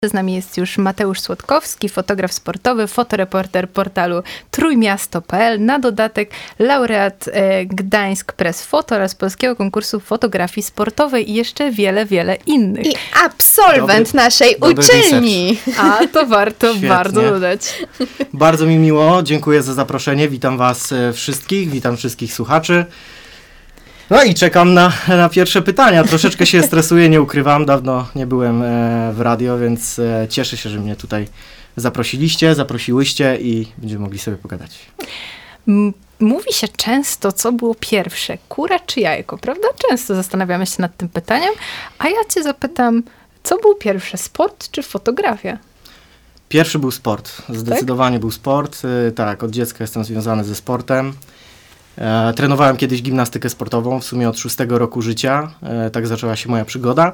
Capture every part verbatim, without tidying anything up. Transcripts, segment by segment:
Z nami jest już Mateusz Słodkowski, fotograf sportowy, fotoreporter portalu trójmiasto kropka p l, na dodatek laureat e, Gdańsk Press Photo oraz Polskiego Konkursu Fotografii Sportowej i jeszcze wiele, wiele innych. I absolwent dobry, naszej dobry uczelni. Research. A to warto Świetnie. bardzo dodać. Bardzo mi miło, dziękuję za zaproszenie, witam was wszystkich, witam wszystkich słuchaczy. No i czekam na, na pierwsze pytania. Troszeczkę się stresuję, nie ukrywam. Dawno nie byłem e, w radio, więc e, cieszę się, że mnie tutaj zaprosiliście, zaprosiłyście i będziemy mogli sobie pogadać. M- mówi się często, co było pierwsze, kura czy jajko, prawda? Często zastanawiamy się nad tym pytaniem, a ja cię zapytam, co było pierwsze, sport czy fotografia? Pierwszy był sport. Zdecydowanie tak? był sport. E, tak, od dziecka jestem związany ze sportem. E, trenowałem kiedyś gimnastykę sportową, w sumie od szóstego roku życia, e, tak zaczęła się moja przygoda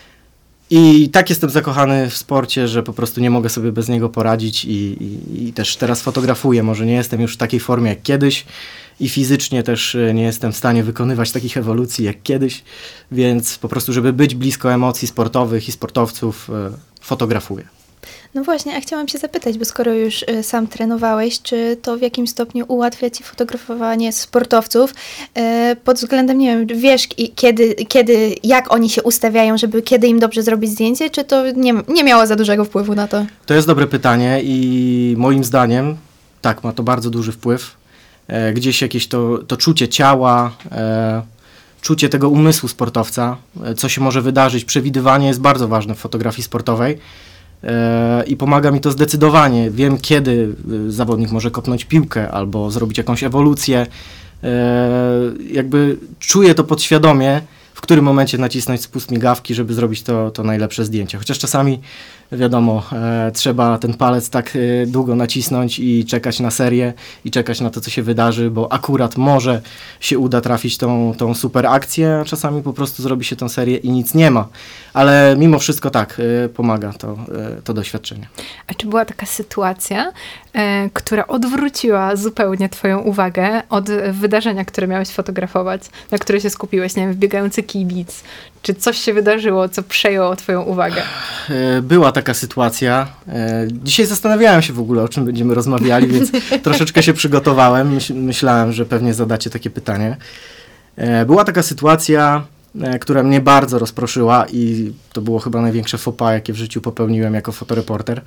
i tak jestem zakochany w sporcie, że po prostu nie mogę sobie bez niego poradzić i, i, i też teraz fotografuję, może nie jestem już w takiej formie jak kiedyś i fizycznie też nie jestem w stanie wykonywać takich ewolucji jak kiedyś, więc po prostu żeby być blisko emocji sportowych i sportowców, e, fotografuję. No właśnie, a chciałam się zapytać, bo skoro już y, sam trenowałeś, czy to w jakim stopniu ułatwia ci fotografowanie sportowców y, pod względem, nie wiem, wiesz i kiedy, kiedy, jak oni się ustawiają, żeby kiedy im dobrze zrobić zdjęcie, czy to nie, nie miało za dużego wpływu na to? To jest dobre pytanie i moim zdaniem, tak, ma to bardzo duży wpływ. E, gdzieś jakieś to, to czucie ciała, e, czucie tego umysłu sportowca, e, co się może wydarzyć, przewidywanie jest bardzo ważne w fotografii sportowej. I pomaga mi to zdecydowanie. Wiem, kiedy zawodnik może kopnąć piłkę albo zrobić jakąś ewolucję. Jakby czuję to podświadomie, w którym momencie nacisnąć spust migawki, żeby zrobić to, to najlepsze zdjęcie. Chociaż czasami, wiadomo, e, trzeba ten palec tak e, długo nacisnąć i czekać na serię i czekać na to, co się wydarzy, bo akurat może się uda trafić tą, tą super akcję, a czasami po prostu zrobi się tą serię i nic nie ma. Ale mimo wszystko tak, e, pomaga to, e, to doświadczenie. A czy była taka sytuacja, e, która odwróciła zupełnie twoją uwagę od wydarzenia, które miałeś fotografować, na które się skupiłeś, nie wiem, wbiegający kibic? Czy coś się wydarzyło, co przejęło twoją uwagę? Była taka sytuacja. Dzisiaj zastanawiałem się w ogóle, o czym będziemy rozmawiali, więc troszeczkę się przygotowałem. Myś- myślałem, że pewnie zadacie takie pytanie. Była taka sytuacja, która mnie bardzo rozproszyła i to było chyba największe faux pas, jakie w życiu popełniłem jako fotoreporter.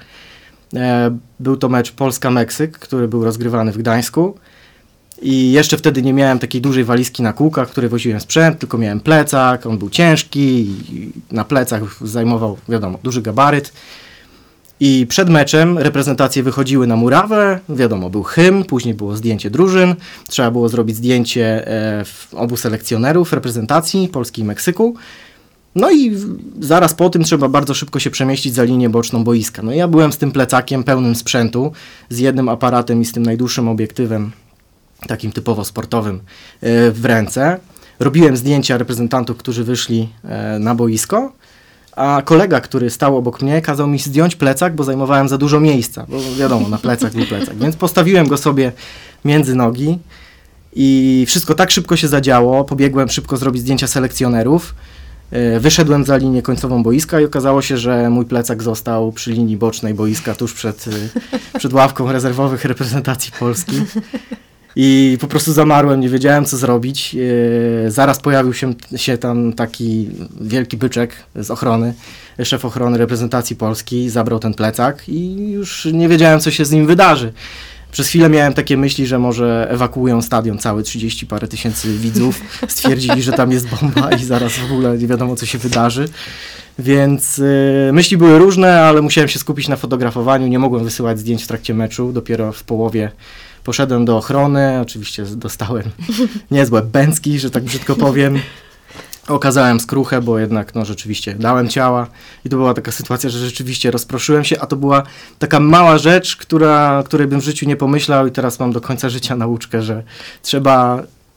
Był to mecz Polska-Meksyk, który był rozgrywany w Gdańsku. I jeszcze wtedy nie miałem takiej dużej walizki na kółkach, w której woziłem sprzęt, tylko miałem plecak, on był ciężki i na plecach zajmował, wiadomo, duży gabaryt. I przed meczem reprezentacje wychodziły na murawę, wiadomo, był hymn, później było zdjęcie drużyn, trzeba było zrobić zdjęcie e, obu selekcjonerów reprezentacji Polski i Meksyku. No i zaraz po tym trzeba bardzo szybko się przemieścić za linię boczną boiska. No i ja byłem z tym plecakiem pełnym sprzętu, z jednym aparatem i z tym najdłuższym obiektywem, takim typowo sportowym, w ręce. Robiłem zdjęcia reprezentantów, którzy wyszli na boisko, a kolega, który stał obok mnie, kazał mi zdjąć plecak, bo zajmowałem za dużo miejsca, bo wiadomo, na plecach był plecak. Więc postawiłem go sobie między nogi i wszystko tak szybko się zadziało. Pobiegłem szybko zrobić zdjęcia selekcjonerów. Wyszedłem za linię końcową boiska i okazało się, że mój plecak został przy linii bocznej boiska, tuż przed, przed ławką rezerwowych reprezentacji Polski. I po prostu zamarłem, nie wiedziałem, co zrobić. Yy, zaraz pojawił się, się tam taki wielki byczek z ochrony, szef ochrony reprezentacji Polski, zabrał ten plecak i już nie wiedziałem, co się z nim wydarzy. Przez chwilę miałem takie myśli, że może ewakuują stadion cały, trzydzieści parę tysięcy widzów. Stwierdzili, że tam jest bomba i zaraz w ogóle nie wiadomo, co się wydarzy. Więc yy, myśli były różne, ale musiałem się skupić na fotografowaniu. Nie mogłem wysyłać zdjęć w trakcie meczu. Dopiero w połowie poszedłem do ochrony. Oczywiście dostałem niezłe bęcki, że tak brzydko powiem. Okazałem skruchę, bo jednak no rzeczywiście dałem ciała i to była taka sytuacja, że rzeczywiście rozproszyłem się, a to była taka mała rzecz, która, której bym w życiu nie pomyślał i teraz mam do końca życia nauczkę, że trzeba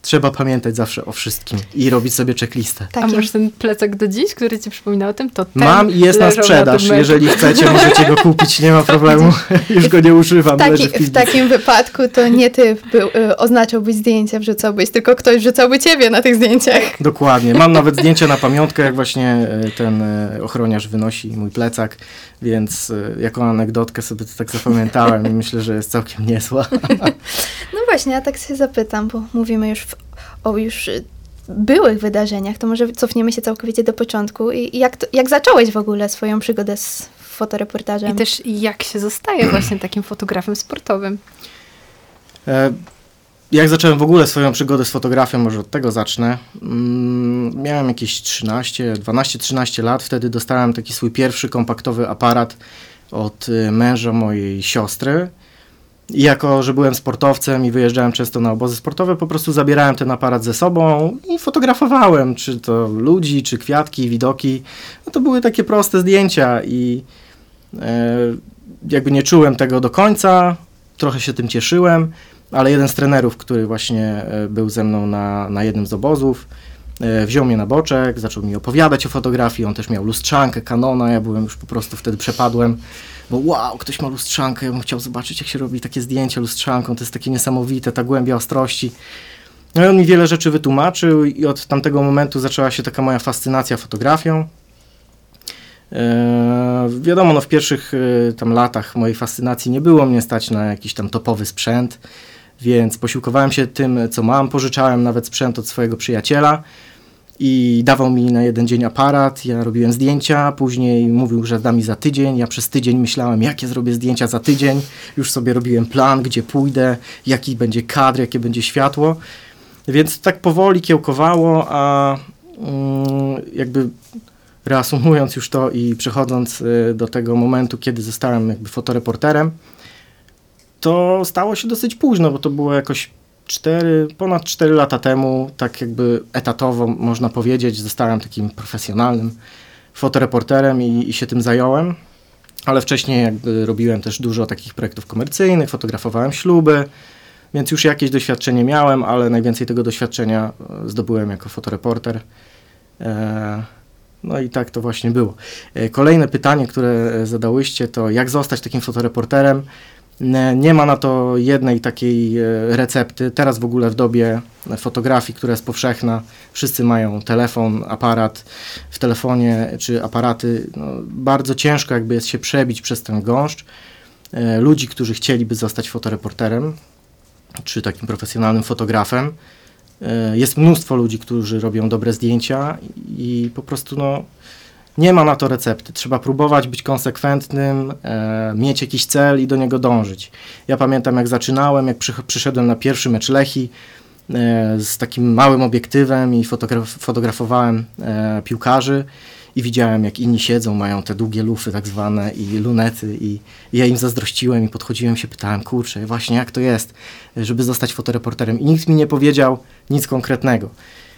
trzeba pamiętać zawsze o wszystkim i robić sobie checklistę. A masz ten plecak do dziś, który ci przypomina o tym? To ten Mam i jest na sprzedaż. Na Jeżeli chcecie, możecie go kupić, nie ma problemu. Już go nie używam. W, taki, w, w takim wypadku to nie ty by, y, oznaczałbyś zdjęcia, wrzucałbyś, tylko ktoś wrzucałby ciebie na tych zdjęciach. Dokładnie. Mam nawet zdjęcie na pamiątkę, jak właśnie ten ochroniarz wynosi mój plecak, więc jako anegdotkę sobie to tak zapamiętałem i myślę, że jest całkiem niezła. No właśnie, ja tak się zapytam, bo mówimy już w, o już byłych wydarzeniach, to może cofniemy się całkowicie do początku. I jak, to, jak zacząłeś w ogóle swoją przygodę z fotoreportażem? I też jak się zostaje właśnie takim fotografem sportowym? E, jak zacząłem w ogóle swoją przygodę z fotografią, może od tego zacznę. Mm, miałem jakieś trzynaście, dwanaście trzynaście lat, wtedy dostałem taki swój pierwszy kompaktowy aparat od męża mojej siostry. I jako, że byłem sportowcem i wyjeżdżałem często na obozy sportowe, po prostu zabierałem ten aparat ze sobą i fotografowałem, czy to ludzi, czy kwiatki, widoki. No to były takie proste zdjęcia i e, jakby nie czułem tego do końca, trochę się tym cieszyłem, ale jeden z trenerów, który właśnie był ze mną na, na jednym z obozów, e, wziął mnie na boczek, zaczął mi opowiadać o fotografii, on też miał lustrzankę, Canona, ja byłem już po prostu wtedy przepadłem. Bo wow, ktoś ma lustrzankę, ja bym chciał zobaczyć, jak się robi takie zdjęcie lustrzanką, to jest takie niesamowite, ta głębia ostrości. No i on mi wiele rzeczy wytłumaczył i od tamtego momentu zaczęła się taka moja fascynacja fotografią. Eee, wiadomo, no w pierwszych e, tam latach mojej fascynacji nie było mnie stać na jakiś tam topowy sprzęt, więc posiłkowałem się tym, co mam, pożyczałem nawet sprzęt od swojego przyjaciela. I dawał mi na jeden dzień aparat, ja robiłem zdjęcia, później mówił, że da mi za tydzień, ja przez tydzień myślałem, jakie zrobię zdjęcia za tydzień, już sobie robiłem plan, gdzie pójdę, jaki będzie kadr, jakie będzie światło, więc tak powoli kiełkowało, a mm, jakby reasumując już to i przechodząc y, do tego momentu, kiedy zostałem jakby fotoreporterem, to stało się dosyć późno, bo to było jakoś Cztery, ponad cztery lata temu, tak jakby etatowo można powiedzieć, zostałem takim profesjonalnym fotoreporterem i, i się tym zająłem, ale wcześniej jakby robiłem też dużo takich projektów komercyjnych, fotografowałem śluby, więc już jakieś doświadczenie miałem, ale najwięcej tego doświadczenia zdobyłem jako fotoreporter. E, no i tak to właśnie było. E, kolejne pytanie, które zadałyście, to jak zostać takim fotoreporterem? Nie ma na to jednej takiej recepty. Teraz w ogóle w dobie fotografii, która jest powszechna, wszyscy mają telefon, aparat w telefonie czy aparaty. No, bardzo ciężko jakby jest się przebić przez ten gąszcz ludzi, którzy chcieliby zostać fotoreporterem czy takim profesjonalnym fotografem. Jest mnóstwo ludzi, którzy robią dobre zdjęcia i po prostu no nie ma na to recepty. Trzeba próbować być konsekwentnym, e, mieć jakiś cel i do niego dążyć. Ja pamiętam, jak zaczynałem, jak przy, przyszedłem na pierwszy mecz Lechii e, z takim małym obiektywem i fotograf, fotografowałem e, piłkarzy i widziałem, jak inni siedzą, mają te długie lufy tak zwane i lunety i, i ja im zazdrościłem i podchodziłem się, pytałem, kurczę, właśnie jak to jest, żeby zostać fotoreporterem. I nikt mi nie powiedział nic konkretnego.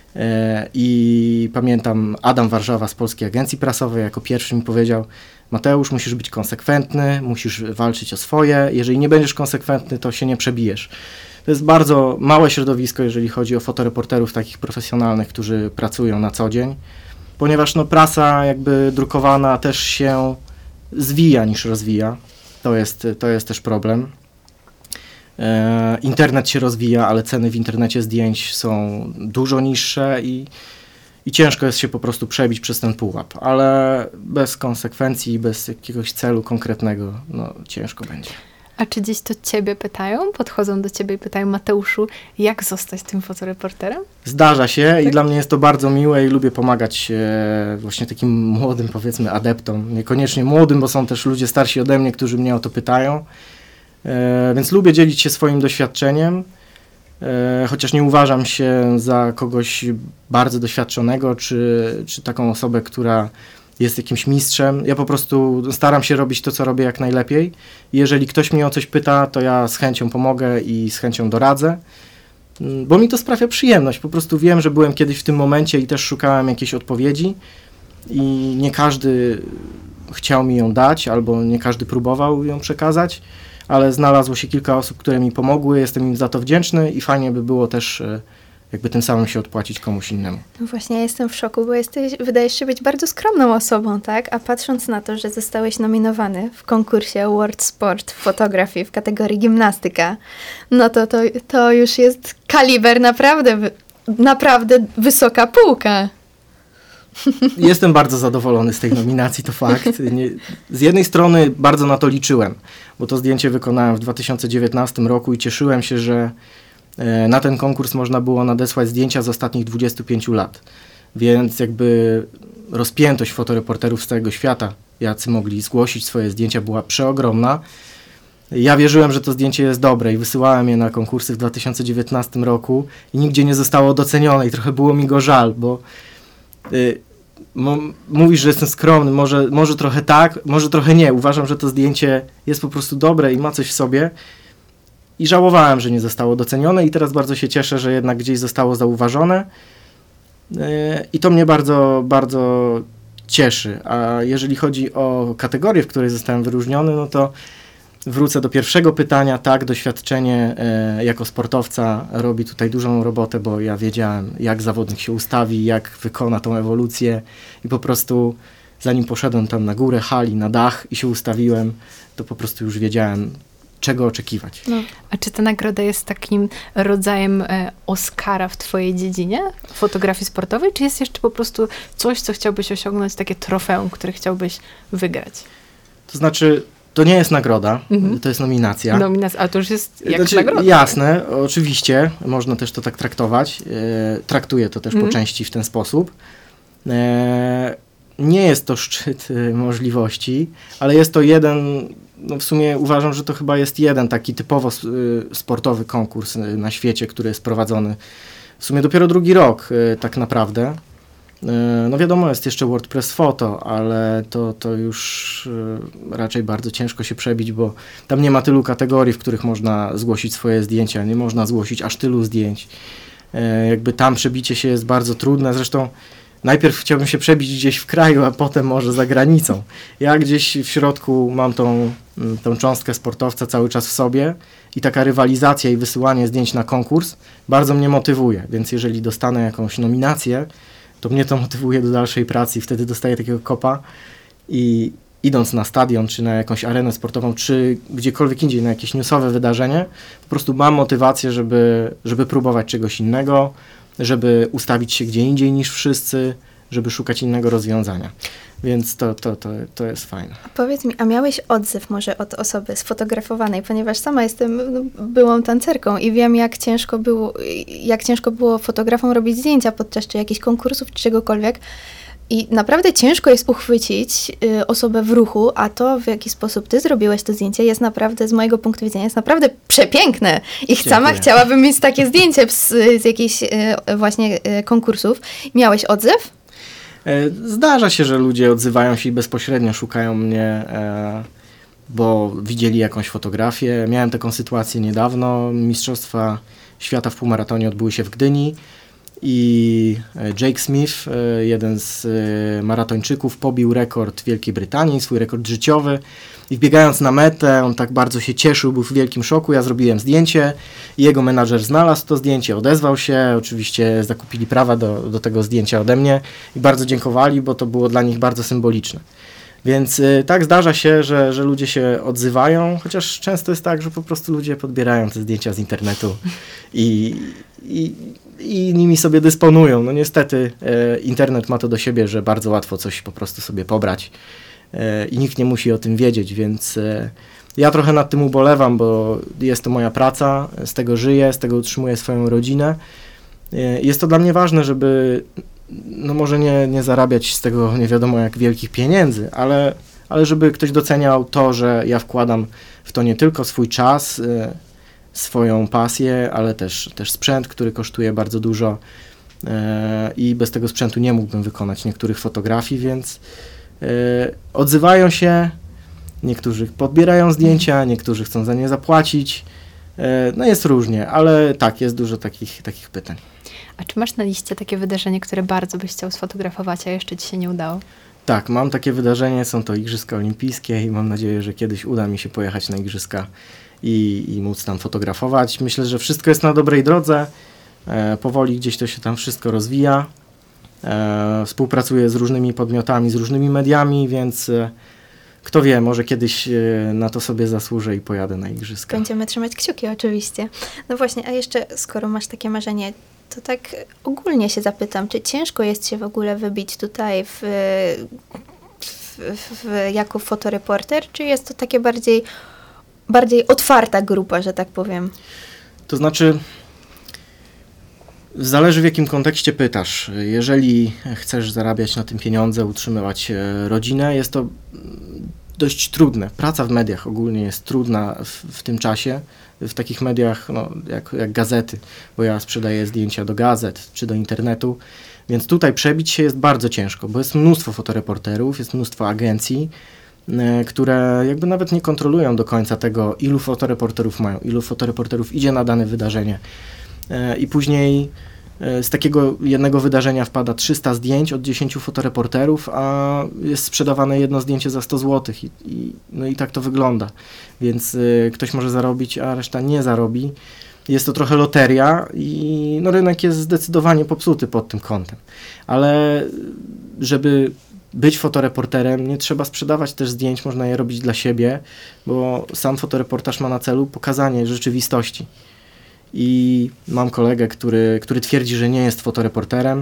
I pamiętam, Adam Warszawa z Polskiej Agencji Prasowej jako pierwszy mi powiedział: Mateusz, musisz być konsekwentny, musisz walczyć o swoje, jeżeli nie będziesz konsekwentny, to się nie przebijesz. To jest bardzo małe środowisko, jeżeli chodzi o fotoreporterów takich profesjonalnych, którzy pracują na co dzień, ponieważ no, prasa jakby drukowana też się zwija niż rozwija. To jest, to jest też problem. E, internet się rozwija, ale ceny w internecie zdjęć są dużo niższe i, i ciężko jest się po prostu przebić przez ten pułap, ale bez konsekwencji, bez jakiegoś celu konkretnego, no ciężko będzie. A czy gdzieś to ciebie pytają? Podchodzą do ciebie i pytają: Mateuszu, jak zostać tym fotoreporterem? Zdarza się tak? I dla mnie jest to bardzo miłe i lubię pomagać e, właśnie takim młodym, powiedzmy, adeptom. Niekoniecznie młodym, bo są też ludzie starsi ode mnie, którzy mnie o to pytają. E, więc lubię dzielić się swoim doświadczeniem, e, chociaż nie uważam się za kogoś bardzo doświadczonego, czy, czy taką osobę, która jest jakimś mistrzem. Ja po prostu staram się robić to, co robię jak najlepiej. Jeżeli ktoś mnie o coś pyta, to ja z chęcią pomogę i z chęcią doradzę, bo mi to sprawia przyjemność. Po prostu wiem, że byłem kiedyś w tym momencie i też szukałem jakiejś odpowiedzi i nie każdy chciał mi ją dać, albo nie każdy próbował ją przekazać, ale znalazło się kilka osób, które mi pomogły, jestem im za to wdzięczny i fajnie by było też jakby tym samym się odpłacić komuś innemu. No właśnie, ja jestem w szoku, bo jesteś, wydajesz się być bardzo skromną osobą, tak? A patrząc na to, że zostałeś nominowany w konkursie World Sport Photography w kategorii gimnastyka, no to to, to już jest kaliber naprawdę, wy- naprawdę wysoka półka. Jestem bardzo zadowolony z tej nominacji, to fakt. Nie, z jednej strony bardzo na to liczyłem, bo to zdjęcie wykonałem w dwa tysiące dziewiętnastym roku i cieszyłem się, że e, na ten konkurs można było nadesłać zdjęcia z ostatnich dwudziestu pięciu lat. Więc jakby rozpiętość fotoreporterów z całego świata, jacy mogli zgłosić swoje zdjęcia, była przeogromna. Ja wierzyłem, że to zdjęcie jest dobre i wysyłałem je na konkursy w dwa tysiące dziewiętnastym roku i nigdzie nie zostało docenione i trochę było mi go żal, bo y, m- mówisz, że jestem skromny, może, może trochę tak, może trochę nie. Uważam, że to zdjęcie jest po prostu dobre i ma coś w sobie i żałowałem, że nie zostało docenione i teraz bardzo się cieszę, że jednak gdzieś zostało zauważone y, i to mnie bardzo, bardzo cieszy. A jeżeli chodzi o kategorię, w której zostałem wyróżniony, no to wrócę do pierwszego pytania. Tak, doświadczenie e, jako sportowca robi tutaj dużą robotę, bo ja wiedziałem, jak zawodnik się ustawi, jak wykona tą ewolucję i po prostu zanim poszedłem tam na górę hali, na dach i się ustawiłem, to po prostu już wiedziałem, czego oczekiwać. No. A czy ta nagroda jest takim rodzajem e, Oscara w twojej dziedzinie fotografii sportowej, czy jest jeszcze po prostu coś, co chciałbyś osiągnąć, takie trofeum, które chciałbyś wygrać? To znaczy, to nie jest nagroda, Mhm. to jest nominacja. Nominacja, a to już jest jak Znaczy, nagroda. jasne, oczywiście, można też to tak traktować. E, traktuję to też Mhm. po części w ten sposób. E, nie jest to szczyt e, możliwości, ale jest to jeden, no w sumie uważam, że to chyba jest jeden taki typowo s- e, sportowy konkurs e, na świecie, który jest prowadzony w sumie dopiero drugi rok e, tak naprawdę. E, No wiadomo, jest jeszcze WordPress Photo, ale to, to już e, raczej bardzo ciężko się przebić, bo tam nie ma tylu kategorii, w których można zgłosić swoje zdjęcia, nie można zgłosić aż tylu zdjęć. E, Jakby tam przebicie się jest bardzo trudne, zresztą najpierw chciałbym się przebić gdzieś w kraju, a potem może za granicą. Ja gdzieś w środku mam tą, mm, tą cząstkę sportowca cały czas w sobie i taka rywalizacja i wysyłanie zdjęć na konkurs bardzo mnie motywuje, więc jeżeli dostanę jakąś nominację, to mnie to motywuje do dalszej pracy i wtedy dostaję takiego kopa i idąc na stadion, czy na jakąś arenę sportową, czy gdziekolwiek indziej, na jakieś newsowe wydarzenie, po prostu mam motywację, żeby, żeby próbować czegoś innego, żeby ustawić się gdzie indziej niż wszyscy, żeby szukać innego rozwiązania. Więc to, to, to, to jest fajne. A powiedz mi, a miałeś odzew może od osoby sfotografowanej, ponieważ sama jestem no, byłą tancerką i wiem, jak ciężko było, jak ciężko było fotografom robić zdjęcia podczas czy jakichś konkursów, czy czegokolwiek. I naprawdę ciężko jest uchwycić y, osobę w ruchu, a to, w jaki sposób ty zrobiłeś to zdjęcie, jest naprawdę, z mojego punktu widzenia, jest naprawdę przepiękne. I Dziękuję. sama chciałabym mieć takie zdjęcie z, z jakichś y, właśnie y, konkursów. Miałeś odzew? E, Zdarza się, że ludzie odzywają się i bezpośrednio szukają mnie, e, bo widzieli jakąś fotografię. Miałem taką sytuację niedawno. Mistrzostwa świata w półmaratonie odbyły się w Gdyni i Jake Smith, e, jeden z e, maratończyków, pobił rekord Wielkiej Brytanii, swój rekord życiowy. I wbiegając na metę, on tak bardzo się cieszył, był w wielkim szoku. Ja zrobiłem zdjęcie i jego menadżer znalazł to zdjęcie, odezwał się. Oczywiście zakupili prawa do, do tego zdjęcia ode mnie i bardzo dziękowali, bo to było dla nich bardzo symboliczne. Więc y, tak zdarza się, że, że ludzie się odzywają, chociaż często jest tak, że po prostu ludzie podbierają te zdjęcia z internetu i, i, i nimi sobie dysponują. No niestety y, internet ma to do siebie, że bardzo łatwo coś po prostu sobie pobrać y, i nikt nie musi o tym wiedzieć, więc y, ja trochę nad tym ubolewam, bo jest to moja praca, z tego żyję, z tego utrzymuję swoją rodzinę. Y, jest to dla mnie ważne, żeby no może nie, nie zarabiać z tego nie wiadomo jak wielkich pieniędzy, ale, ale żeby ktoś doceniał to, że ja wkładam w to nie tylko swój czas, y, swoją pasję, ale też, też sprzęt, który kosztuje bardzo dużo y, i bez tego sprzętu nie mógłbym wykonać niektórych fotografii, więc y, odzywają się, niektórzy podbierają zdjęcia, niektórzy chcą za nie zapłacić, y, no jest różnie, ale tak, jest dużo takich, takich pytań. A czy masz na liście takie wydarzenie, które bardzo byś chciał sfotografować, a jeszcze ci się nie udało? Tak, mam takie wydarzenie, są to Igrzyska Olimpijskie i mam nadzieję, że kiedyś uda mi się pojechać na Igrzyska i, i móc tam fotografować. Myślę, że wszystko jest na dobrej drodze. E, powoli gdzieś to się tam wszystko rozwija. E, współpracuję z różnymi podmiotami, z różnymi mediami, więc e, kto wie, może kiedyś e, na to sobie zasłużę i pojadę na igrzyska. Będziemy trzymać kciuki oczywiście. No właśnie, a jeszcze skoro masz takie marzenie, to tak ogólnie się zapytam, czy ciężko jest się w ogóle wybić tutaj w, w, w, jako fotoreporter, czy jest to takie bardziej, bardziej otwarta grupa, że tak powiem? To znaczy, zależy w jakim kontekście pytasz. Jeżeli chcesz zarabiać na tym pieniądze, utrzymywać rodzinę, jest to dość trudne. Praca w mediach ogólnie jest trudna w, w tym czasie, w takich mediach no, jak, jak gazety, bo ja sprzedaję zdjęcia do gazet czy do internetu, więc tutaj przebić się jest bardzo ciężko, bo jest mnóstwo fotoreporterów, jest mnóstwo agencji, y, które jakby nawet nie kontrolują do końca tego, ilu fotoreporterów mają, ilu fotoreporterów idzie na dane wydarzenie y, i później z takiego jednego wydarzenia wpada trzysta zdjęć od dziesięciu fotoreporterów, a jest sprzedawane jedno zdjęcie za sto złotych i, i, no i tak to wygląda. Więc y, ktoś może zarobić, a reszta nie zarobi. Jest to trochę loteria i no, rynek jest zdecydowanie popsuty pod tym kątem. Ale żeby być fotoreporterem, nie trzeba sprzedawać też zdjęć, można je robić dla siebie, bo sam fotoreportaż ma na celu pokazanie rzeczywistości. I mam kolegę, który, który twierdzi, że nie jest fotoreporterem,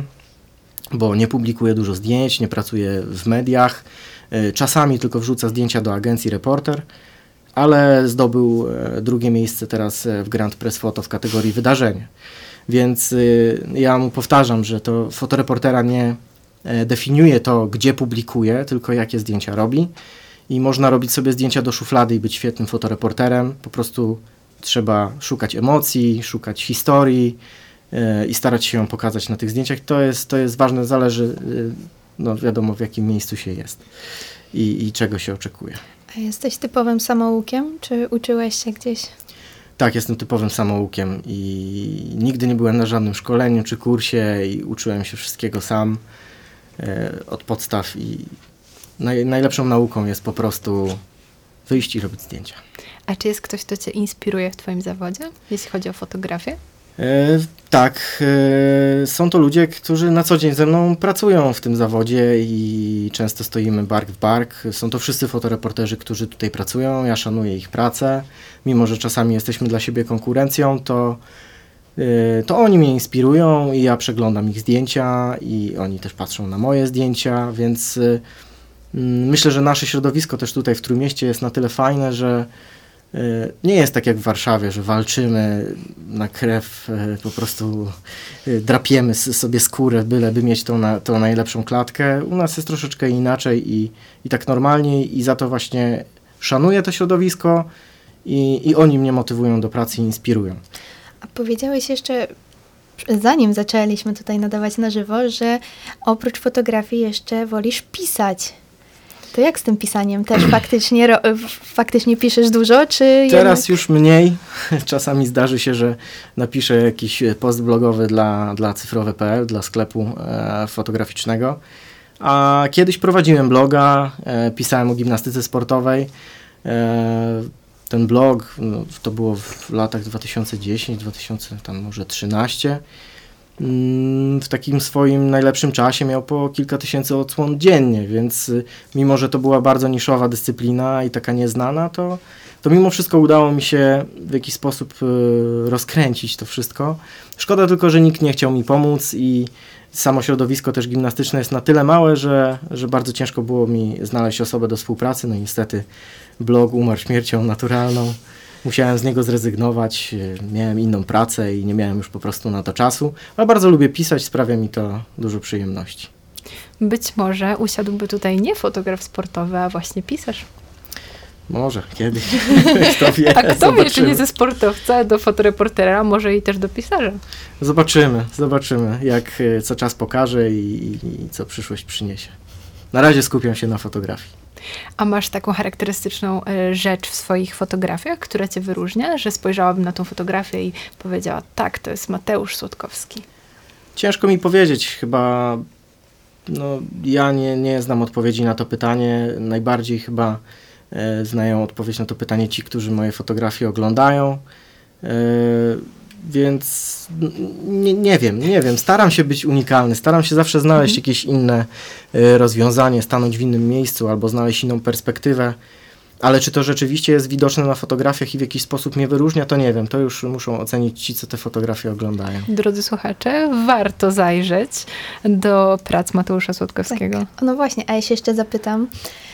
bo nie publikuje dużo zdjęć, nie pracuje w mediach, czasami tylko wrzuca zdjęcia do agencji Reporter, ale zdobył drugie miejsce teraz w Grand Press Photo w kategorii wydarzenia. Więc ja mu powtarzam, że to fotoreportera nie definiuje to, gdzie publikuje, tylko jakie zdjęcia robi. I można robić sobie zdjęcia do szuflady i być świetnym fotoreporterem, po prostu trzeba szukać emocji, szukać historii yy, i starać się ją pokazać na tych zdjęciach. To jest, to jest ważne, zależy, yy, no wiadomo w jakim miejscu się jest i, i czego się oczekuje. A jesteś typowym samoukiem, czy uczyłeś się gdzieś? Tak, jestem typowym samoukiem i nigdy nie byłem na żadnym szkoleniu czy kursie i uczyłem się wszystkiego sam yy, od podstaw i naj, najlepszą nauką jest po prostu wyjść i robić zdjęcia. A czy jest ktoś, kto cię inspiruje w twoim zawodzie, jeśli chodzi o fotografię? E, tak, e, są to ludzie, którzy na co dzień ze mną pracują w tym zawodzie i często stoimy bark w bark. Są to wszyscy fotoreporterzy, którzy tutaj pracują, ja szanuję ich pracę, mimo że czasami jesteśmy dla siebie konkurencją, to, e, to oni mnie inspirują i ja przeglądam ich zdjęcia i oni też patrzą na moje zdjęcia, więc e, myślę, że nasze środowisko też tutaj w Trójmieście jest na tyle fajne, że nie jest tak jak w Warszawie, że walczymy na krew, po prostu drapiemy sobie skórę, byleby mieć tą, na, tą najlepszą klatkę. U nas jest troszeczkę inaczej i, i tak normalniej i za to właśnie szanuję to środowisko i, i oni mnie motywują do pracy i inspirują. A powiedziałeś jeszcze, zanim zaczęliśmy tutaj nadawać na żywo, że oprócz fotografii jeszcze wolisz pisać. To jak z tym pisaniem? Też faktycznie, ro, faktycznie piszesz dużo, czy Teraz jednak... już mniej. Czasami zdarzy się, że napiszę jakiś post blogowy dla, dla cyfrowe kropka pe el, dla sklepu e, fotograficznego. A kiedyś prowadziłem bloga, e, pisałem o gimnastyce sportowej. E, ten blog no, to było w latach dwa tysiące dziesiąty, dwa tysiące trzynasty. W takim swoim najlepszym czasie miał po kilka tysięcy odsłon dziennie, więc mimo, że to była bardzo niszowa dyscyplina i taka nieznana, to, to mimo wszystko udało mi się w jakiś sposób rozkręcić to wszystko. Szkoda tylko, że nikt nie chciał mi pomóc i samo środowisko też gimnastyczne jest na tyle małe, że, że bardzo ciężko było mi znaleźć osobę do współpracy. No i niestety blog umarł śmiercią naturalną. Musiałem z niego zrezygnować, miałem inną pracę i nie miałem już po prostu na to czasu, ale bardzo lubię pisać, sprawia mi to dużo przyjemności. Być może usiadłby tutaj nie fotograf sportowy, a właśnie pisarz. Może, kiedyś. Kto wie, a kto zobaczymy. wie, czy nie ze sportowca do fotoreportera, może i też do pisarza. Zobaczymy, zobaczymy, jak co czas pokaże i, i co przyszłość przyniesie. Na razie skupiam się na fotografii. A masz taką charakterystyczną y, rzecz w swoich fotografiach, która cię wyróżnia, że spojrzałabym na tą fotografię i powiedziała, tak, to jest Mateusz Słodkowski? Ciężko mi powiedzieć, chyba no, ja nie, nie znam odpowiedzi na to pytanie. Najbardziej chyba e, znają odpowiedź na to pytanie ci, którzy moje fotografie oglądają. E, więc nie, nie wiem, nie wiem. Staram się być unikalny, staram się zawsze znaleźć Mhm. jakieś inne y, rozwiązanie, stanąć w innym miejscu albo znaleźć inną perspektywę. Ale czy to rzeczywiście jest widoczne na fotografiach i w jakiś sposób mnie wyróżnia, to nie wiem. To już muszą ocenić ci, co te fotografie oglądają. Drodzy słuchacze, warto zajrzeć do prac Mateusza Słodkowskiego. Tak. No właśnie, a ja się jeszcze zapytam,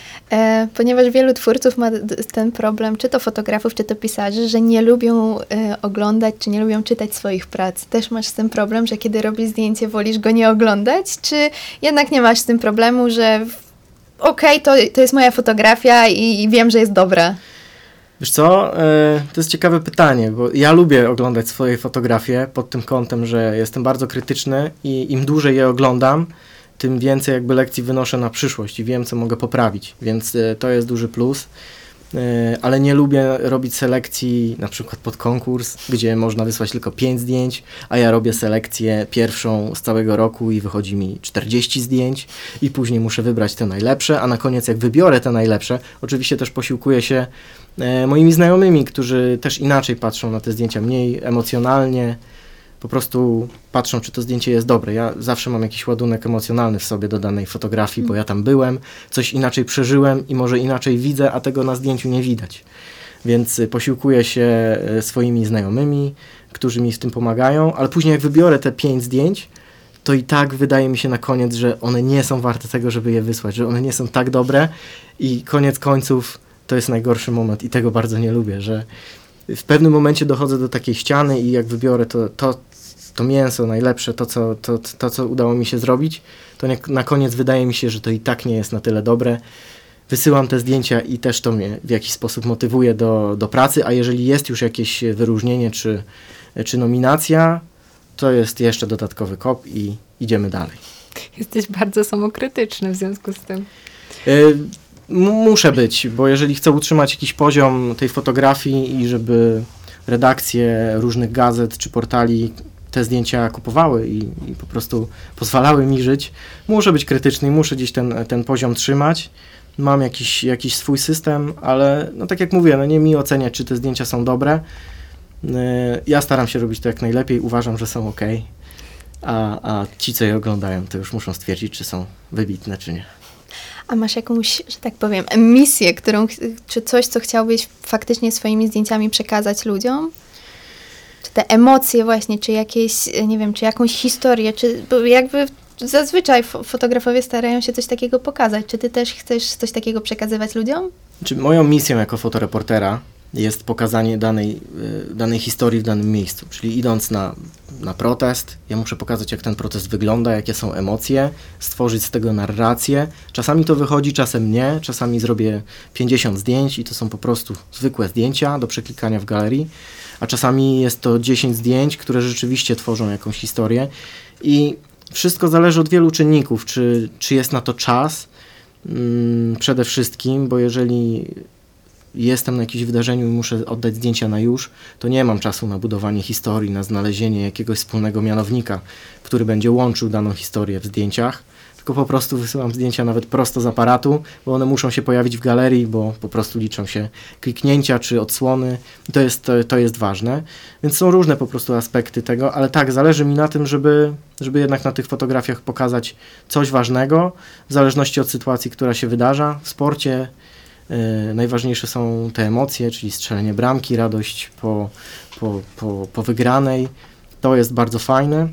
e, ponieważ wielu twórców ma d- ten problem, czy to fotografów, czy to pisarzy, że nie lubią e, oglądać, czy nie lubią czytać swoich prac. Też masz z tym problem, że kiedy robisz zdjęcie, wolisz go nie oglądać, czy jednak nie masz z tym problemu, że w- okej, to, to jest moja fotografia i, i wiem, że jest dobra. Wiesz co, e, to jest ciekawe pytanie, bo ja lubię oglądać swoje fotografie pod tym kątem, że jestem bardzo krytyczny i im dłużej je oglądam, tym więcej jakby lekcji wynoszę na przyszłość i wiem, co mogę poprawić, więc e, to jest duży plus. E, ale nie lubię robić selekcji na przykład pod konkurs, gdzie można wysłać tylko pięć zdjęć, a ja robię selekcję pierwszą z całego roku i wychodzi mi czterdzieści zdjęć i później muszę wybrać te najlepsze, a na koniec jak wybiorę te najlepsze, oczywiście też posiłkuję się e, moimi znajomymi, którzy też inaczej patrzą na te zdjęcia, mniej emocjonalnie, po prostu patrzą, czy to zdjęcie jest dobre. Ja zawsze mam jakiś ładunek emocjonalny w sobie do danej fotografii, bo ja tam byłem, coś inaczej przeżyłem i może inaczej widzę, a tego na zdjęciu nie widać. Więc y, posiłkuję się y, swoimi znajomymi, którzy mi w tym pomagają, ale później jak wybiorę te pięć zdjęć, to i tak wydaje mi się na koniec, że one nie są warte tego, żeby je wysłać, że one nie są tak dobre i koniec końców to jest najgorszy moment i tego bardzo nie lubię, że w pewnym momencie dochodzę do takiej ściany i jak wybiorę to, to, to mięso najlepsze, to co, to, to, co udało mi się zrobić, to nie, na koniec wydaje mi się, że to i tak nie jest na tyle dobre. Wysyłam te zdjęcia i też to mnie w jakiś sposób motywuje do, do pracy, a jeżeli jest już jakieś wyróżnienie czy, czy nominacja, to jest jeszcze dodatkowy kop i idziemy dalej. Jesteś bardzo samokrytyczny w związku z tym. Y, Muszę być, bo jeżeli chcę utrzymać jakiś poziom tej fotografii i żeby redakcje różnych gazet czy portali te zdjęcia kupowały i, i po prostu pozwalały mi żyć, muszę być krytyczny i muszę gdzieś ten, ten poziom trzymać. Mam jakiś, jakiś swój system, ale no tak jak mówię, no nie mi oceniać, czy te zdjęcia są dobre. Yy, ja staram się robić to jak najlepiej, uważam, że są ok, a, a ci, co je oglądają, to już muszą stwierdzić, czy są wybitne, czy nie. A masz jakąś, że tak powiem, misję, którą, ch- czy coś, co chciałbyś faktycznie swoimi zdjęciami przekazać ludziom? Czy te emocje właśnie, czy jakieś, nie wiem, czy jakąś historię, czy bo jakby zazwyczaj fo- fotografowie starają się coś takiego pokazać. Czy ty też chcesz coś takiego przekazywać ludziom? Czy moją misją jako fotoreportera jest pokazanie danej, y, danej historii w danym miejscu, czyli idąc na, na protest, ja muszę pokazać, jak ten protest wygląda, jakie są emocje, stworzyć z tego narrację. Czasami to wychodzi, czasem nie, czasami zrobię pięćdziesiąt zdjęć i to są po prostu zwykłe zdjęcia do przeklikania w galerii, a czasami jest to dziesięć zdjęć, które rzeczywiście tworzą jakąś historię i wszystko zależy od wielu czynników, czy, czy jest na to czas, mm, przede wszystkim, bo jeżeli jestem na jakimś wydarzeniu i muszę oddać zdjęcia na już, to nie mam czasu na budowanie historii, na znalezienie jakiegoś wspólnego mianownika, który będzie łączył daną historię w zdjęciach, tylko po prostu wysyłam zdjęcia nawet prosto z aparatu, bo one muszą się pojawić w galerii, bo po prostu liczą się kliknięcia czy odsłony i to jest, to, to jest ważne. Więc są różne po prostu aspekty tego, ale tak, zależy mi na tym, żeby, żeby jednak na tych fotografiach pokazać coś ważnego, w zależności od sytuacji, która się wydarza w sporcie. Yy, najważniejsze są te emocje, czyli strzelenie bramki, radość po, po, po, po wygranej. To jest bardzo fajne,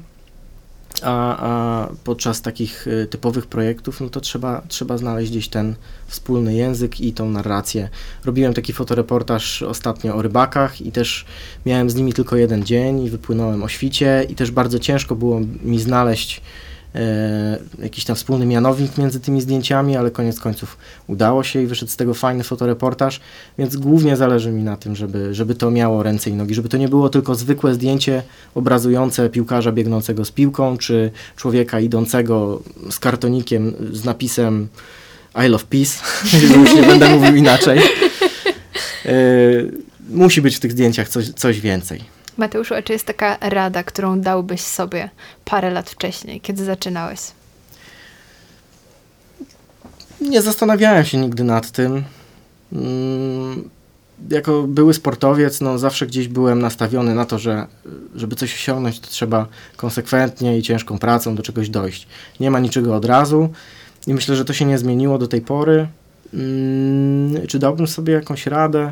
a, a podczas takich y, typowych projektów, no to trzeba, trzeba znaleźć gdzieś ten wspólny język i tą narrację. Robiłem taki fotoreportaż ostatnio o rybakach i też miałem z nimi tylko jeden dzień i wypłynąłem o świcie i też bardzo ciężko było mi znaleźć E, jakiś tam wspólny mianownik między tymi zdjęciami, ale koniec końców udało się i wyszedł z tego fajny fotoreportaż, więc głównie zależy mi na tym, żeby, żeby to miało ręce i nogi, żeby to nie było tylko zwykłe zdjęcie obrazujące piłkarza biegnącego z piłką, czy człowieka idącego z kartonikiem z napisem I love peace, już nie będę mówił inaczej. E, musi być w tych zdjęciach coś, coś więcej. Mateuszu, a czy jest taka rada, którą dałbyś sobie parę lat wcześniej, kiedy zaczynałeś? Nie zastanawiałem się nigdy nad tym. Mm, jako były sportowiec, no zawsze gdzieś byłem nastawiony na to, że żeby coś osiągnąć, to trzeba konsekwentnie i ciężką pracą do czegoś dojść. Nie ma niczego od razu i myślę, że to się nie zmieniło do tej pory. Hmm, czy dałbym sobie jakąś radę?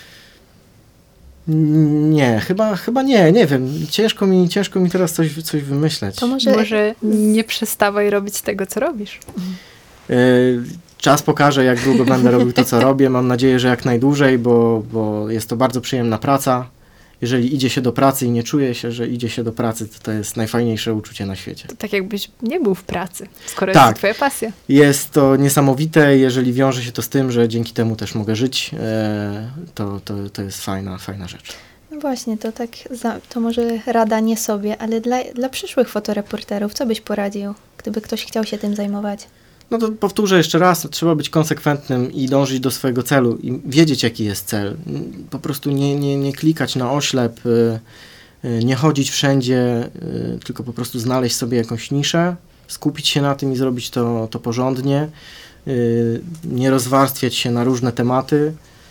Nie, chyba, chyba nie, nie wiem. Ciężko mi, ciężko mi teraz coś, coś wymyśleć. To może... może nie przestawaj robić tego, co robisz. Yy, czas pokaże, jak długo będę robił to, co robię. Mam nadzieję, że jak najdłużej, bo, bo jest to bardzo przyjemna praca. Jeżeli idzie się do pracy i nie czuje się, że idzie się do pracy, to to jest najfajniejsze uczucie na świecie. To tak jakbyś nie był w pracy, skoro tak. jest to twoja pasja. Jest to niesamowite, jeżeli wiąże się to z tym, że dzięki temu też mogę żyć, e, to, to, to jest fajna, fajna rzecz. No właśnie, to tak, za, to może rada nie sobie, ale dla, dla przyszłych fotoreporterów, co byś poradził, gdyby ktoś chciał się tym zajmować? No to powtórzę jeszcze raz, trzeba być konsekwentnym i dążyć do swojego celu i wiedzieć, jaki jest cel. Po prostu nie, nie, nie klikać na oślep, nie chodzić wszędzie, tylko po prostu znaleźć sobie jakąś niszę, skupić się na tym i zrobić to, to porządnie, nie rozwarstwiać się na różne tematy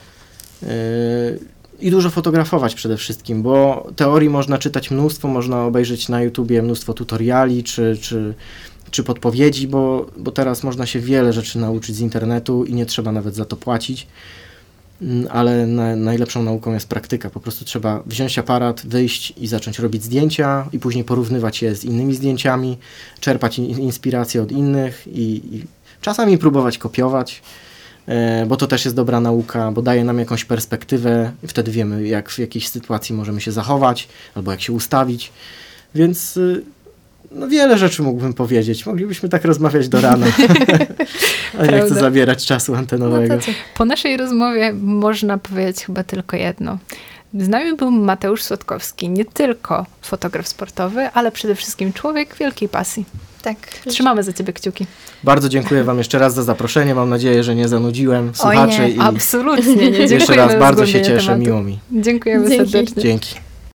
i dużo fotografować przede wszystkim, bo teorii można czytać mnóstwo, można obejrzeć na YouTubie mnóstwo tutoriali czy, czy czy podpowiedzi, bo, bo teraz można się wiele rzeczy nauczyć z internetu i nie trzeba nawet za to płacić, ale na, najlepszą nauką jest praktyka. Po prostu trzeba wziąć aparat, wyjść i zacząć robić zdjęcia i później porównywać je z innymi zdjęciami, czerpać in, inspiracje od innych i, i czasami próbować kopiować, e, bo to też jest dobra nauka, bo daje nam jakąś perspektywę i wtedy wiemy, jak w jakiejś sytuacji możemy się zachować albo jak się ustawić, więc no wiele rzeczy mógłbym powiedzieć. Moglibyśmy tak rozmawiać do rana. A nie chcę zabierać czasu antenowego. No po naszej rozmowie można powiedzieć chyba tylko jedno. Z nami był Mateusz Słodkowski, nie tylko fotograf sportowy, ale przede wszystkim człowiek wielkiej pasji. Tak. Trzymamy za ciebie kciuki. Bardzo dziękuję wam jeszcze raz za zaproszenie. Mam nadzieję, że nie zanudziłem słuchaczy. Oj nie, i absolutnie nie. Dziękujemy jeszcze raz bardzo się cieszę, tematu. miło mi. Dziękujemy Dzięki. serdecznie. Dzięki.